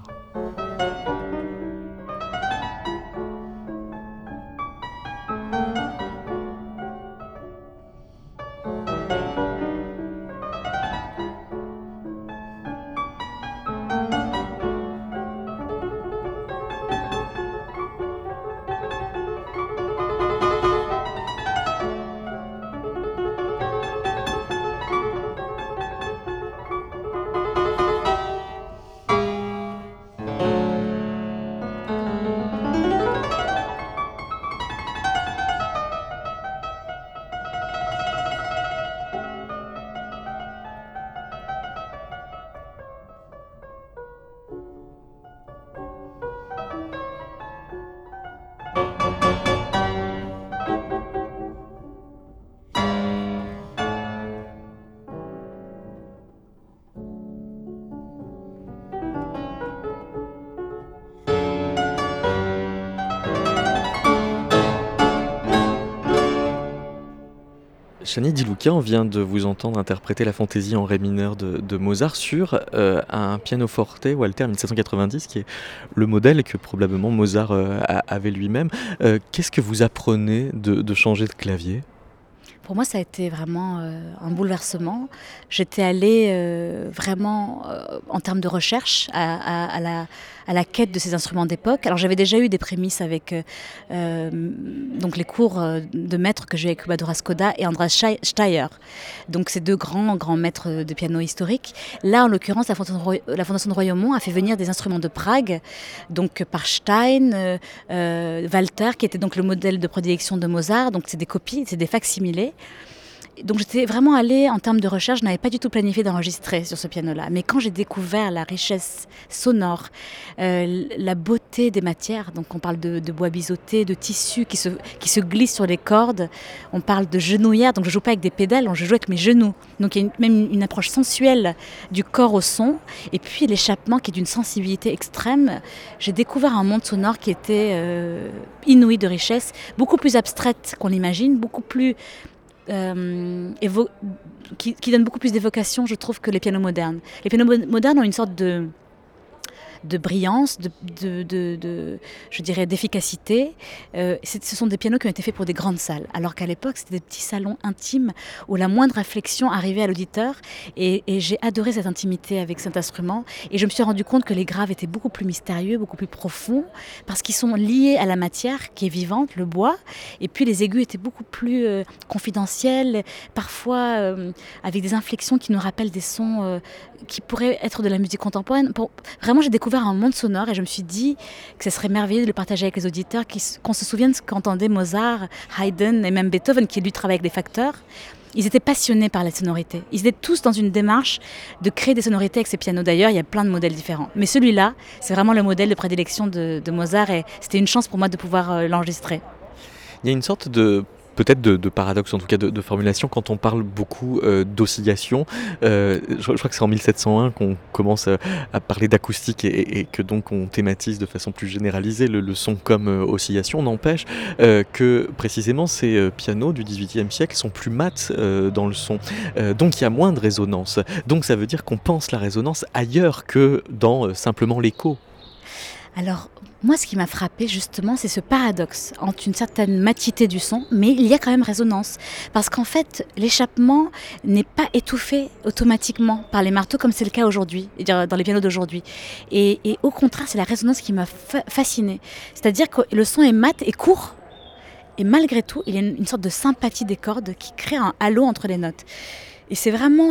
Chani Di Luca, on vient de vous entendre interpréter la fantaisie en ré mineur de Mozart sur un pianoforte Walter 1790, qui est le modèle que probablement Mozart avait lui-même. Qu'est-ce que vous apprenez de changer de clavier ? Pour moi, ça a été vraiment un bouleversement. J'étais allée vraiment, en termes de recherche, à la quête de ces instruments d'époque. Alors, j'avais déjà eu des prémices avec donc les cours de maître que j'ai eu avec Badura Skoda et Andras Steyer. Donc, ces deux grands maîtres de piano historiques. Là, en l'occurrence, la Fondation de Royaumont a fait venir des instruments de Prague, donc par Stein, Walter, qui était donc le modèle de prédilection de Mozart. Donc, c'est des copies, c'est des facsimilés. Donc j'étais vraiment allée, en termes de recherche, je n'avais pas du tout planifié d'enregistrer sur ce piano-là. Mais quand j'ai découvert la richesse sonore, la beauté des matières, donc on parle de bois biseauté, de tissu qui se glisse sur les cordes, on parle de genouillère, donc je ne joue pas avec des pédales, je joue avec mes genoux. Donc il y a même une approche sensuelle du corps au son, et puis l'échappement qui est d'une sensibilité extrême. J'ai découvert un monde sonore qui était inouï de richesse, beaucoup plus abstraite qu'on l'imagine, beaucoup plus... qui donne beaucoup plus d'évocation, je trouve, que les pianos modernes. Les pianos modernes ont une sorte de de brillance, je dirais d'efficacité. Ce sont des pianos qui ont été faits pour des grandes salles, alors qu'à l'époque c'était des petits salons intimes où la moindre réflexion arrivait à l'auditeur, et j'ai adoré cette intimité avec cet instrument, et je me suis rendu compte que les graves étaient beaucoup plus mystérieux, beaucoup plus profonds, parce qu'ils sont liés à la matière qui est vivante, le bois, et puis les aigus étaient beaucoup plus confidentiels, parfois avec des inflexions qui nous rappellent des sons qui pourraient être de la musique contemporaine. Vraiment, j'ai découvert un monde sonore, et je me suis dit que ce serait merveilleux de le partager avec les auditeurs, qu'on se souvienne ce qu'entendaient Mozart, Haydn et même Beethoven, qui lui travaillait avec des facteurs. Ils étaient passionnés par la sonorité. Ils étaient tous dans une démarche de créer des sonorités avec ces pianos. D'ailleurs, il y a plein de modèles différents. Mais celui-là, c'est vraiment le modèle de prédilection de Mozart, et c'était une chance pour moi de pouvoir l'enregistrer. Il y a une sorte peut-être de paradoxe, en tout cas de formulation, quand on parle beaucoup d'oscillation. Je crois que c'est en 1701 qu'on commence à parler d'acoustique, et que donc on thématise de façon plus généralisée le son comme oscillation. N'empêche que précisément ces pianos du XVIIIe siècle sont plus mats dans le son. Donc il y a moins de résonance. Donc ça veut dire qu'on pense la résonance ailleurs que dans simplement l'écho. Alors, moi, ce qui m'a frappé justement, c'est ce paradoxe entre une certaine matité du son, mais il y a quand même résonance. Parce qu'en fait, l'échappement n'est pas étouffé automatiquement par les marteaux, comme c'est le cas aujourd'hui, dans les pianos d'aujourd'hui. Et au contraire, c'est la résonance qui m'a fascinée. C'est-à-dire que le son est mat et court, et malgré tout, il y a une sorte de sympathie des cordes qui crée un halo entre les notes. Et c'est vraiment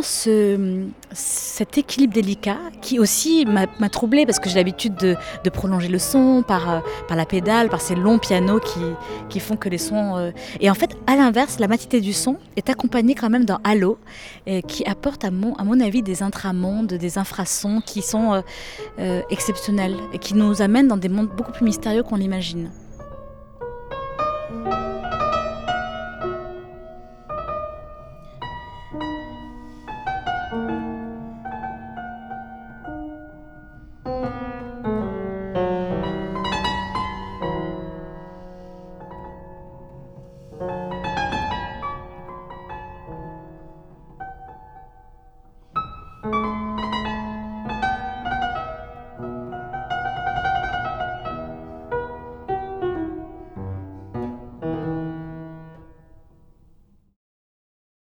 cet équilibre délicat qui aussi m'a troublée, parce que j'ai l'habitude de prolonger le son par la pédale, par ces longs pianos qui font que les sons... Et en fait, à l'inverse, la matité du son est accompagnée quand même d'un halo qui apporte, à mon avis, des intramondes, des infrasons qui sont exceptionnels et qui nous amènent dans des mondes beaucoup plus mystérieux qu'on l'imagine.